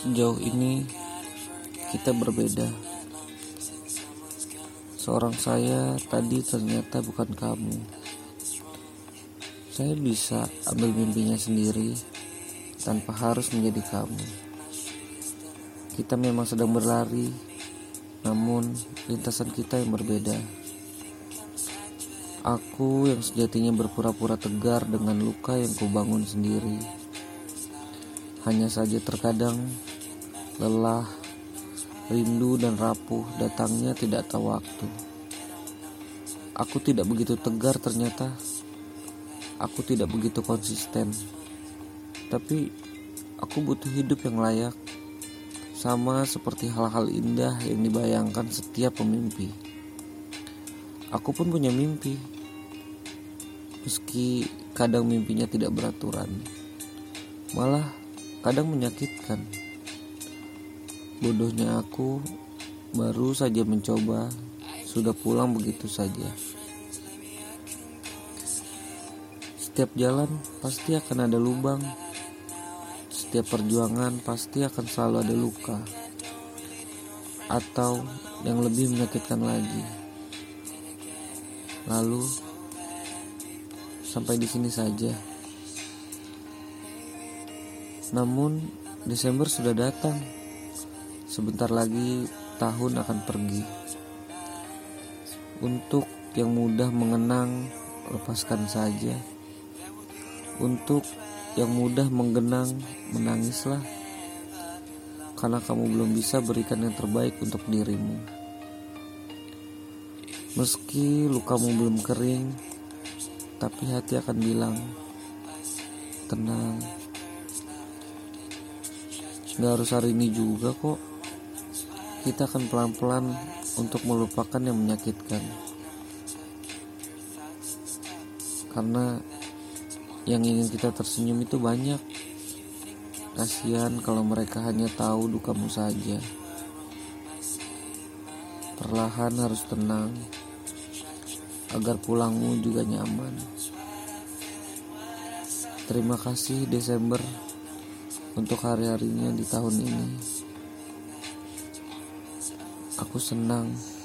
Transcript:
Sejauh ini kita berbeda. Seorang saya tadi ternyata bukan kamu. Saya bisa ambil mimpinya sendiri tanpa harus menjadi kamu. Kita memang sedang berlari, namun lintasan kita yang berbeda. Aku yang sejatinya berpura-pura tegar dengan luka yang kubangun sendiri. Hanya saja terkadang lelah, rindu dan rapuh datangnya tidak tahu waktu. Aku tidak begitu tegar ternyata. Aku tidak begitu konsisten. Tapi aku butuh hidup yang layak. Sama seperti hal-hal indah yang dibayangkan setiap pemimpi. Aku pun punya mimpi. Meski kadang mimpinya tidak beraturan. Malah kadang menyakitkan. Bodohnya aku baru saja mencoba, sudah pulang begitu saja. Setiap jalan pasti akan ada lubang. Setiap perjuangan pasti akan selalu ada luka. Atau yang lebih menyakitkan lagi. Lalu sampai di sini saja. Namun Desember sudah datang. Sebentar lagi tahun akan pergi. Untuk yang mudah mengenang, lepaskan saja. Untuk yang mudah menggenang, menangislah. Karena kamu belum bisa berikan yang terbaik untuk dirimu. Meski lukamu belum kering, tapi hati akan bilang, tenang. Gak harus hari ini juga kok. Kita akan pelan-pelan untuk melupakan yang menyakitkan. Karena yang ingin kita tersenyum itu banyak. Kasihan kalau mereka hanya tahu dukamu saja. Perlahan harus tenang, agar pulangmu juga nyaman. Terima kasih Desember untuk hari-harinya di tahun ini. Aku senang